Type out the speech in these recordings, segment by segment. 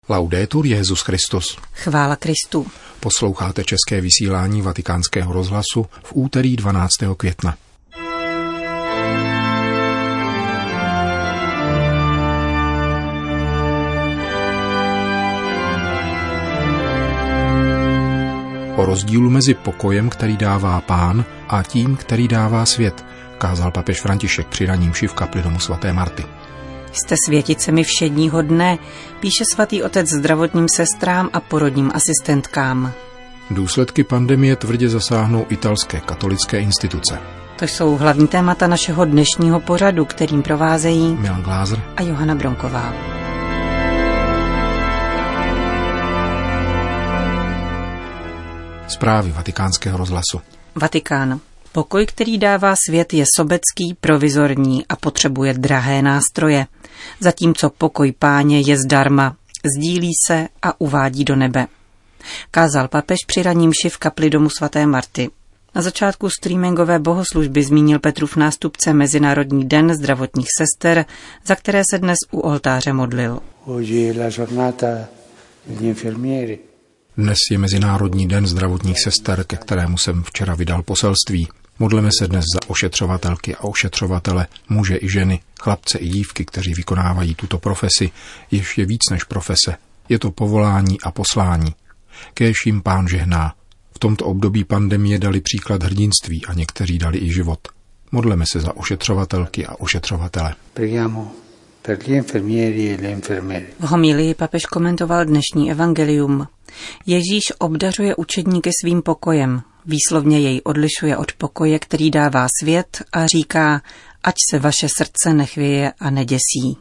Laudetur Jesus Christus. Chvála Kristu. Posloucháte české vysílání Vatikánského rozhlasu v úterý 12. května. O rozdílu mezi pokojem, který dává Pán, a tím, který dává svět, kázal papež František při raní mši v kapli domu svaté Marty. Jste světicemi všedního dne, píše svatý otec zdravotním sestrám a porodním asistentkám. Důsledky pandemie tvrdě zasáhnou italské katolické instituce. To jsou hlavní témata našeho dnešního pořadu, kterým provázejí Milan Glázer a Johana Bronková. Zprávy Vatikánského rozhlasu. Vatikán. Pokoj, který dává svět, je sobecký, provizorní a potřebuje drahé nástroje. Zatímco pokoj Páně je zdarma, sdílí se a uvádí do nebe. Kázal papež při raní mši v kapli domu svaté Marty. Na začátku streamingové bohoslužby zmínil Petrův nástupce Mezinárodní den zdravotních sester, za které se dnes u oltáře modlil. Dnes je Mezinárodní den zdravotních sester, ke kterému jsem včera vydal poselství. Modleme se dnes za ošetřovatelky a ošetřovatele, muže i ženy, chlapce i dívky, kteří vykonávají tuto profesi, jež je víc než profese. Je to povolání a poslání. Kéž jim Pán žehná. V tomto období pandemie dali příklad hrdinství a někteří dali i život. Modleme se za ošetřovatelky a ošetřovatele. V homílii papež komentoval dnešní evangelium. Ježíš obdařuje učedníky svým pokojem, výslovně jej odlišuje od pokoje, který dává svět, a říká, ať se vaše srdce nechvěje a neděsí.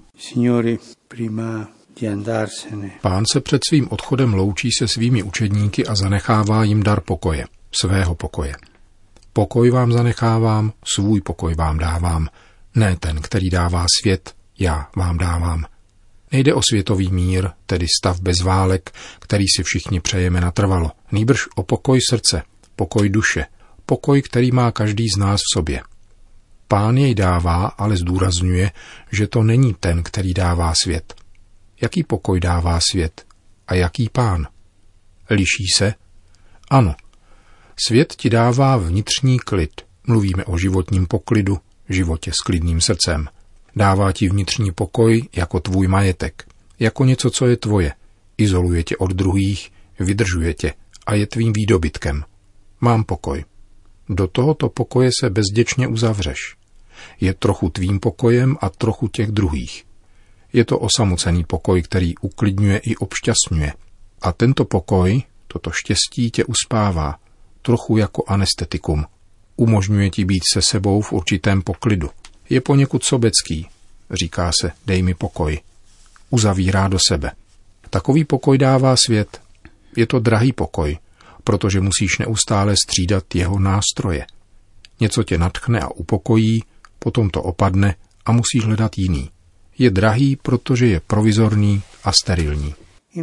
Pán se před svým odchodem loučí se svými učedníky a zanechává jim dar pokoje, svého pokoje. Pokoj vám zanechávám, svůj pokoj vám dávám, ne ten, který dává svět, já vám dávám. Nejde o světový mír, tedy stav bez válek, který si všichni přejeme natrvalo. Nýbrž o pokoj srdce, pokoj duše, pokoj, který má každý z nás v sobě. Pán jej dává, ale zdůrazňuje, že to není ten, který dává svět. Jaký pokoj dává svět? A jaký Pán? Liší se? Ano. Svět ti dává vnitřní klid. Mluvíme o životním poklidu, životě s klidným srdcem. Dává ti vnitřní pokoj jako tvůj majetek, jako něco, co je tvoje. Izoluje tě od druhých, vydržuje tě a je tvým výdobytkem. Mám pokoj. Do tohoto pokoje se bezděčně uzavřeš. Je trochu tvým pokojem a trochu těch druhých. Je to osamocený pokoj, který uklidňuje i obšťastňuje. A tento pokoj, toto štěstí tě uspává, trochu jako anestetikum. Umožňuje ti být se sebou v určitém poklidu. Je poněkud sobecký, říká se, dej mi pokoj. Uzavírá do sebe. Takový pokoj dává svět. Je to drahý pokoj, protože musíš neustále střídat jeho nástroje. Něco tě nadchne a upokojí, potom to opadne a musíš hledat jiný. Je drahý, protože je provizorní a sterilní.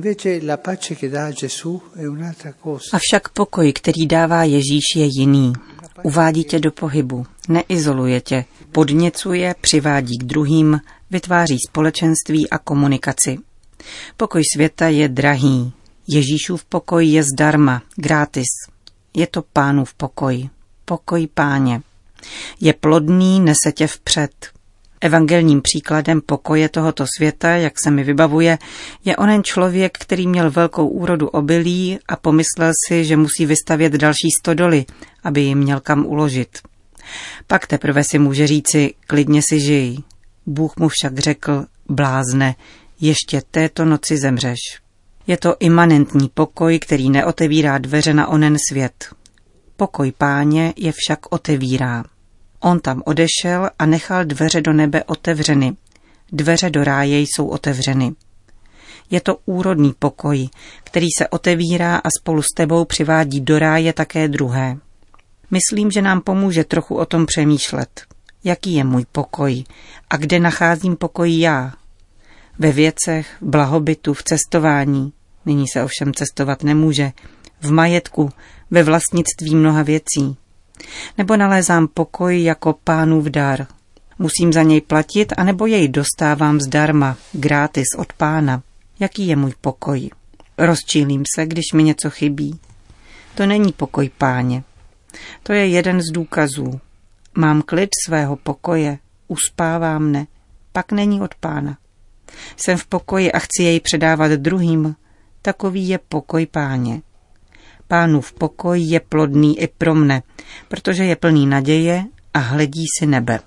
Avšak pokoj, který dává Ježíš, je jiný. Uvádí tě do pohybu, neizoluje tě, podněcuje, přivádí k druhým, vytváří společenství a komunikaci. Pokoj světa je drahý. Ježíšův pokoj je zdarma, gratis. Je to Pánův pokoj, pokoj Páně. Je plodný, nese tě vpřed. Evangelním příkladem pokoje tohoto světa, jak se mi vybavuje, je onen člověk, který měl velkou úrodu obilí a pomyslel si, že musí vystavět další stodoly, aby ji měl kam uložit. Pak teprve si může říci, klidně si žij. Bůh mu však řekl, blázne, ještě této noci zemřeš. Je to imanentní pokoj, který neotevírá dveře na onen svět. Pokoj Páně je však otevírá. On tam odešel a nechal dveře do nebe otevřeny. Dveře do ráje jsou otevřeny. Je to úrodný pokoj, který se otevírá a spolu s tebou přivádí do ráje také druhé. Myslím, že nám pomůže trochu o tom přemýšlet. Jaký je můj pokoj a kde nacházím pokoj já? Ve věcech, v blahobytu, v cestování. Nyní se ovšem cestovat nemůže. V majetku, ve vlastnictví mnoha věcí. Nebo nalézám pokoj jako Pánův dar. Musím za něj platit, anebo jej dostávám zdarma, gratis od Pána. jaký je můj pokoj. Rozčílím se, když mi něco chybí. To není pokoj Páně. To je jeden z důkazů. Mám klid svého pokoje, uspává mne, pak není od Pána. Jsem v pokoji a chci jej předávat druhým. Takový je pokoj Páně. Pánův pokoj je plodný i pro mne, protože je plný naděje a hledí si nebe.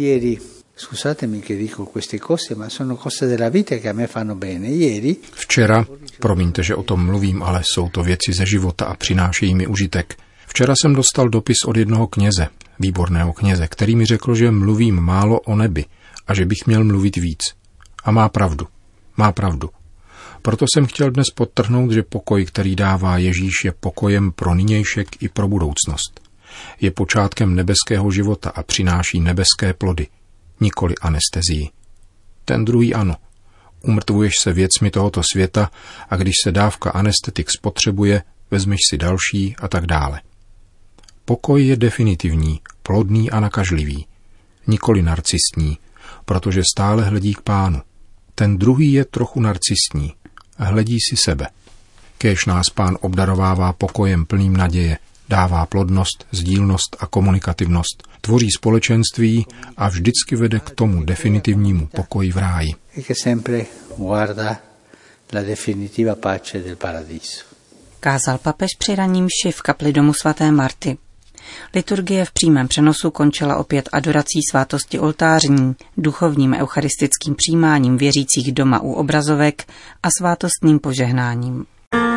Včera, promiňte, že o tom mluvím, ale jsou to věci ze života a přinášejí mi užitek. Včera jsem dostal dopis od jednoho kněze, výborného kněze, který mi řekl, že mluvím málo o nebi a že bych měl mluvit víc. A má pravdu. Proto jsem chtěl dnes podtrhnout, že pokoj, který dává Ježíš, je pokojem pro nynějšek i pro budoucnost. Je počátkem nebeského života a přináší nebeské plody, nikoli anestezii. Ten druhý ano. Umrtvuješ se věcmi tohoto světa a když se dávka anestetik spotřebuje, vezmeš si další a tak dále. Pokoj je definitivní, plodný a nakažlivý, nikoli narcistní, protože stále hledí k Pánu. Ten druhý je trochu narcistní, hledí si sebe. Kéž nás Pán obdarovává pokojem plným naděje, dává plodnost, sdílnost a komunikativnost, tvoří společenství a vždycky vede k tomu definitivnímu pokoji v ráji. Kázal papež při ranní mši v kapli domu svaté Marty. Liturgie v přímém přenosu končila opět adorací svátosti oltářní, duchovním eucharistickým přijímáním věřících doma u obrazovek a svátostným požehnáním.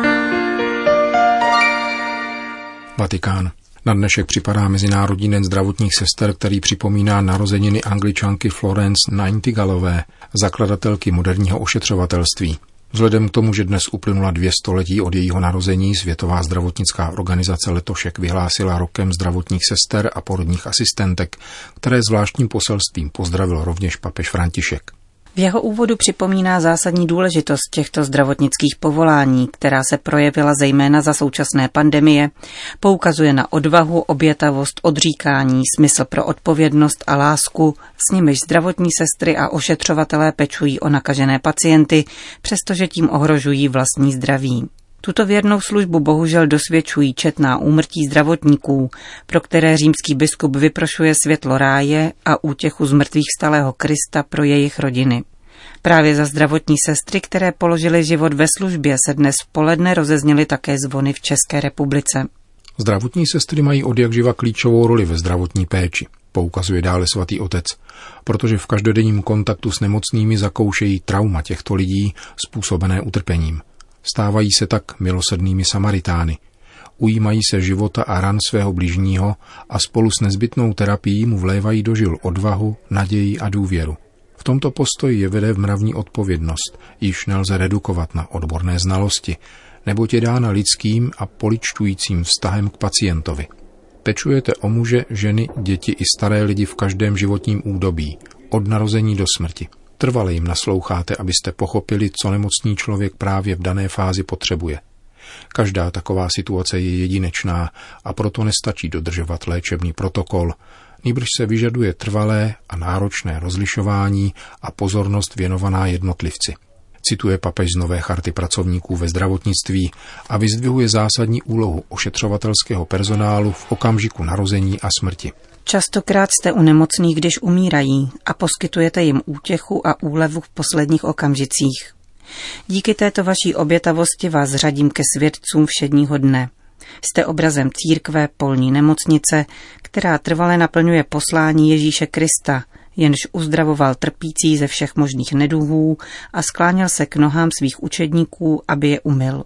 Vatikán. Na dnešek připadá Mezinárodní den zdravotních sester, který připomíná narozeniny Angličanky Florence Nightingaleové, zakladatelky moderního ošetřovatelství. Vzhledem k tomu, že dnes uplynula 200 století od jejího narození, Světová zdravotnická organizace letošek vyhlásila rokem zdravotních sester a porodních asistentek, které zvláštním poselstvím pozdravil rovněž papež František. V jeho úvodu připomíná zásadní důležitost těchto zdravotnických povolání, která se projevila zejména za současné pandemie, poukazuje na odvahu, obětavost, odříkání, smysl pro odpovědnost a lásku, s nimiž zdravotní sestry a ošetřovatelé pečují o nakažené pacienty, přestože tím ohrožují vlastní zdraví. Tuto věrnou službu bohužel dosvědčují četná úmrtí zdravotníků, pro které římský biskup vyprošuje světlo ráje a útěchu z mrtvých vstalého Krista pro jejich rodiny. Právě za zdravotní sestry, které položily život ve službě, se dnes v poledne rozezněly také zvony v České republice. Zdravotní sestry mají odjakživa klíčovou roli ve zdravotní péči, poukazuje dále svatý otec, protože v každodenním kontaktu s nemocnými zakoušejí trauma těchto lidí způsobené utrpením. Stávají se tak milosrdnými Samaritány. Ujímají se života a ran svého bližního a spolu s nezbytnou terapií mu vlévají do žil odvahu, naději a důvěru. V tomto postoji je vede mravní odpovědnost, již nelze redukovat na odborné znalosti, neboť je dána lidským a poličtujícím vztahem k pacientovi. Pečujete o muže, ženy, děti i staré lidi v každém životním údobí, od narození do smrti. Trvale jim nasloucháte, abyste pochopili, co nemocný člověk právě v dané fázi potřebuje. Každá taková situace je jedinečná a proto nestačí dodržovat léčebný protokol, nýbrž se vyžaduje trvalé a náročné rozlišování a pozornost věnovaná jednotlivci. Cituje papež z Nové charty pracovníků ve zdravotnictví a vyzdvihuje zásadní úlohu ošetřovatelského personálu v okamžiku narození a smrti. Častokrát jste u nemocných, když umírají a poskytujete jim útěchu a úlevu v posledních okamžicích. Díky této vaší obětavosti vás řadím ke svědcům všedního dne. Jste obrazem církve, polní nemocnice, která trvale naplňuje poslání Ježíše Krista, jenž uzdravoval trpící ze všech možných neduhů a skláněl se k nohám svých učedníků, aby je umyl.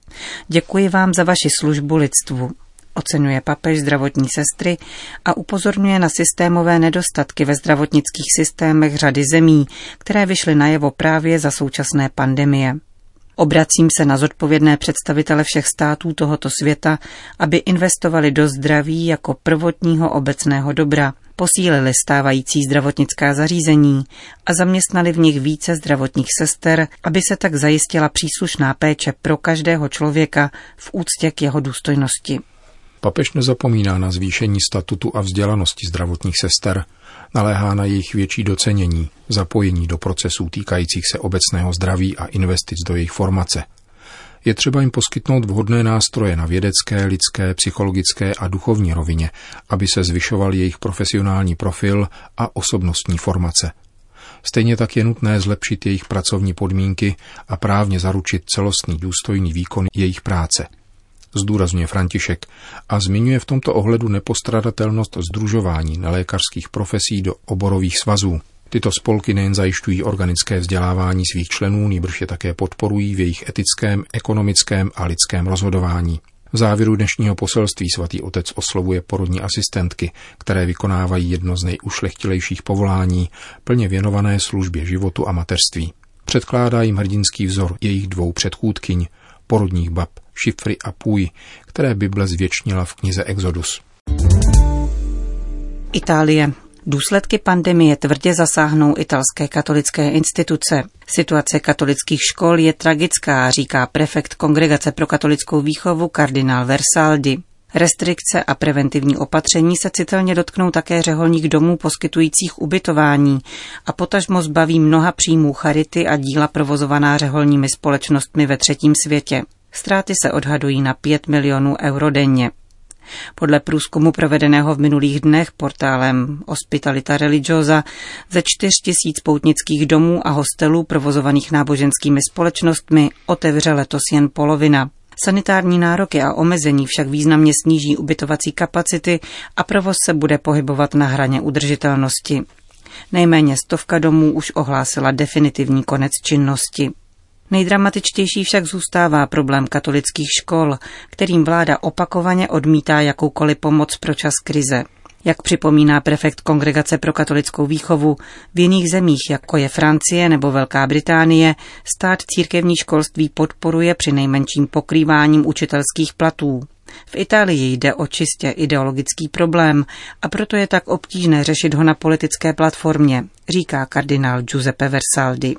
Děkuji vám za vaši službu lidstvu. Oceňuje papež zdravotní sestry a upozorňuje na systémové nedostatky ve zdravotnických systémech řady zemí, které vyšly najevo právě za současné pandemie. Obracím se na zodpovědné představitele všech států tohoto světa, aby investovali do zdraví jako prvotního obecného dobra, posílili stávající zdravotnická zařízení a zaměstnali v nich více zdravotních sester, aby se tak zajistila příslušná péče pro každého člověka v úctě k jeho důstojnosti. Papež nezapomíná na zvýšení statutu a vzdělanosti zdravotních sester, Naléhá na jejich větší docenění, zapojení do procesů týkajících se obecného zdraví a investic do jejich formace. Je třeba jim poskytnout vhodné nástroje na vědecké, lidské, psychologické a duchovní rovině, aby se zvyšoval jejich profesionální profil a osobnostní formace. Stejně tak je nutné zlepšit jejich pracovní podmínky a právně zaručit celostný důstojný výkon jejich práce. Zdůrazňuje František a zmiňuje v tomto ohledu nepostradatelnost sdružování nelékařských profesí do oborových svazů. Tyto spolky nejen zajišťují organické vzdělávání svých členů, nýbrž je také podporují v jejich etickém, ekonomickém a lidském rozhodování. V závěru dnešního poselství svatý otec oslovuje porodní asistentky, které vykonávají jedno z nejušlechtilejších povolání, plně věnované službě životu a mateřství. Předkládá jim hrdinský vzor jejich dvou předchůdkyň, porodních bab Šifry a Půj, které Bible zvěčnila v knize Exodus. Itálie. Důsledky pandemie tvrdě zasáhnou italské katolické instituce. Situace katolických škol je tragická, říká prefekt Kongregace pro katolickou výchovu kardinál Versaldi. Restrikce a preventivní opatření se citelně dotknou také řeholních domů poskytujících ubytování a potažmo zbaví mnoha příjmů charity a díla provozovaná řeholními společnostmi ve třetím světě. Ztráty se odhadují na 5 milionů euro denně. Podle průzkumu provedeného v minulých dnech portálem Ospitalita Religiosa ze 4 000 poutnických domů a hostelů provozovaných náboženskými společnostmi otevře letos jen polovina. Sanitární nároky a omezení však významně sníží ubytovací kapacity a provoz se bude pohybovat na hraně udržitelnosti. Nejméně 100 domů už ohlásila definitivní konec činnosti. Nejdramatičtější však zůstává problém katolických škol, kterým vláda opakovaně odmítá jakoukoliv pomoc pro čas krize. Jak připomíná prefekt Kongregace pro katolickou výchovu, v jiných zemích, jako je Francie nebo Velká Británie, stát církevní školství podporuje při nejmenším pokrýváním učitelských platů. V Itálii jde o čistě ideologický problém a proto je tak obtížné řešit ho na politické platformě, říká kardinál Giuseppe Versaldi.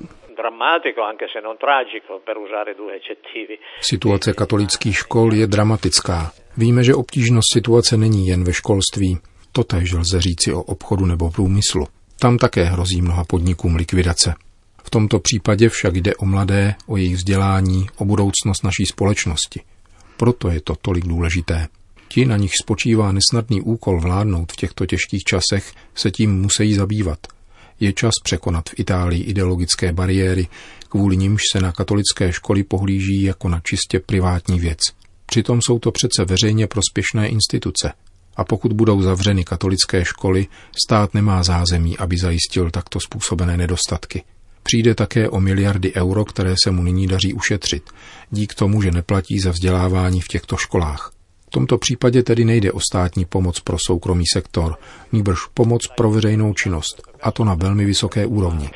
Situace katolických škol je dramatická. Víme, že obtížnost situace není jen ve školství. Totéž lze říci o obchodu nebo průmyslu. Tam také hrozí mnoha podnikům likvidace. V tomto případě však jde o mladé, o jejich vzdělání, o budoucnost naší společnosti. Proto je to tolik důležité. Ti, na nich spočívá nesnadný úkol vládnout v těchto těžkých časech, se tím musí zabývat. Je čas překonat v Itálii ideologické bariéry, kvůli nimž se na katolické školy pohlíží jako na čistě privátní věc. Přitom jsou to přece veřejně prospěšné instituce. A pokud budou zavřeny katolické školy, stát nemá zázemí, aby zajistil takto způsobené nedostatky. Přijde také o miliardy euro, které se mu nyní daří ušetřit, dík tomu, že neplatí za vzdělávání v těchto školách. V tomto případě tedy nejde o státní pomoc pro soukromý sektor, nýbrž pomoc pro veřejnou činnost, a to na velmi vysoké úrovni.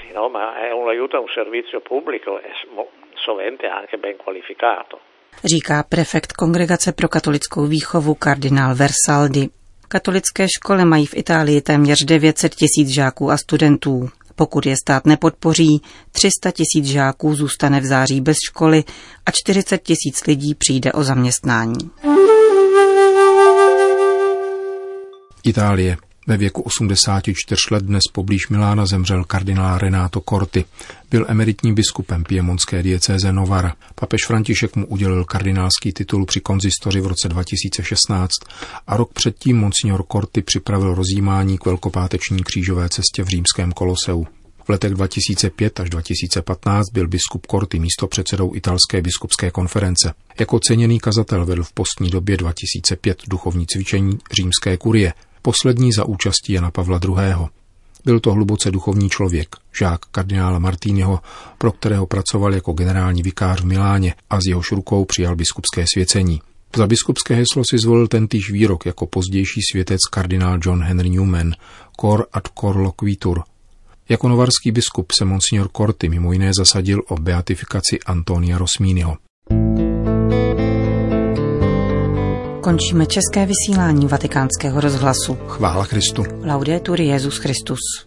Říká prefekt Kongregace pro katolickou výchovu kardinál Versaldi. Katolické školy mají v Itálii téměř 900 000 žáků a studentů. Pokud je stát nepodpoří, 300 000 žáků zůstane v září bez školy a 40 000 lidí přijde o zaměstnání. Itálie. Ve věku 84 let dnes poblíž Milána zemřel kardinál Renato Corti. Byl emeritním biskupem piemontské diecéze Novara. Papež František mu udělil kardinálský titul při konzistoři v roce 2016 a rok předtím monsignor Corti připravil rozjímání k velkopáteční křížové cestě v římském Koloseu. V letech 2005 až 2015 byl biskup Corti místopředsedou italské biskupské konference. Jako ceněný kazatel vedl v postní době 2005 duchovní cvičení římské kurie, poslední za účastí Jana Pavla II. Byl to hluboce duchovní člověk, žák kardinála Martiniho, pro kterého pracoval jako generální vikář v Miláně a z jehož rukou přijal biskupské svěcení. Za biskupské heslo si zvolil tentýž výrok jako pozdější světec kardinál John Henry Newman, cor ad cor loquitur. Jako novarský biskup se monsignor Corti mimo jiné zasadil o beatifikaci Antonia Rosminiho. Končíme české vysílání Vatikánského rozhlasu. Chvála Kristu. Laudetur Jesus Christus.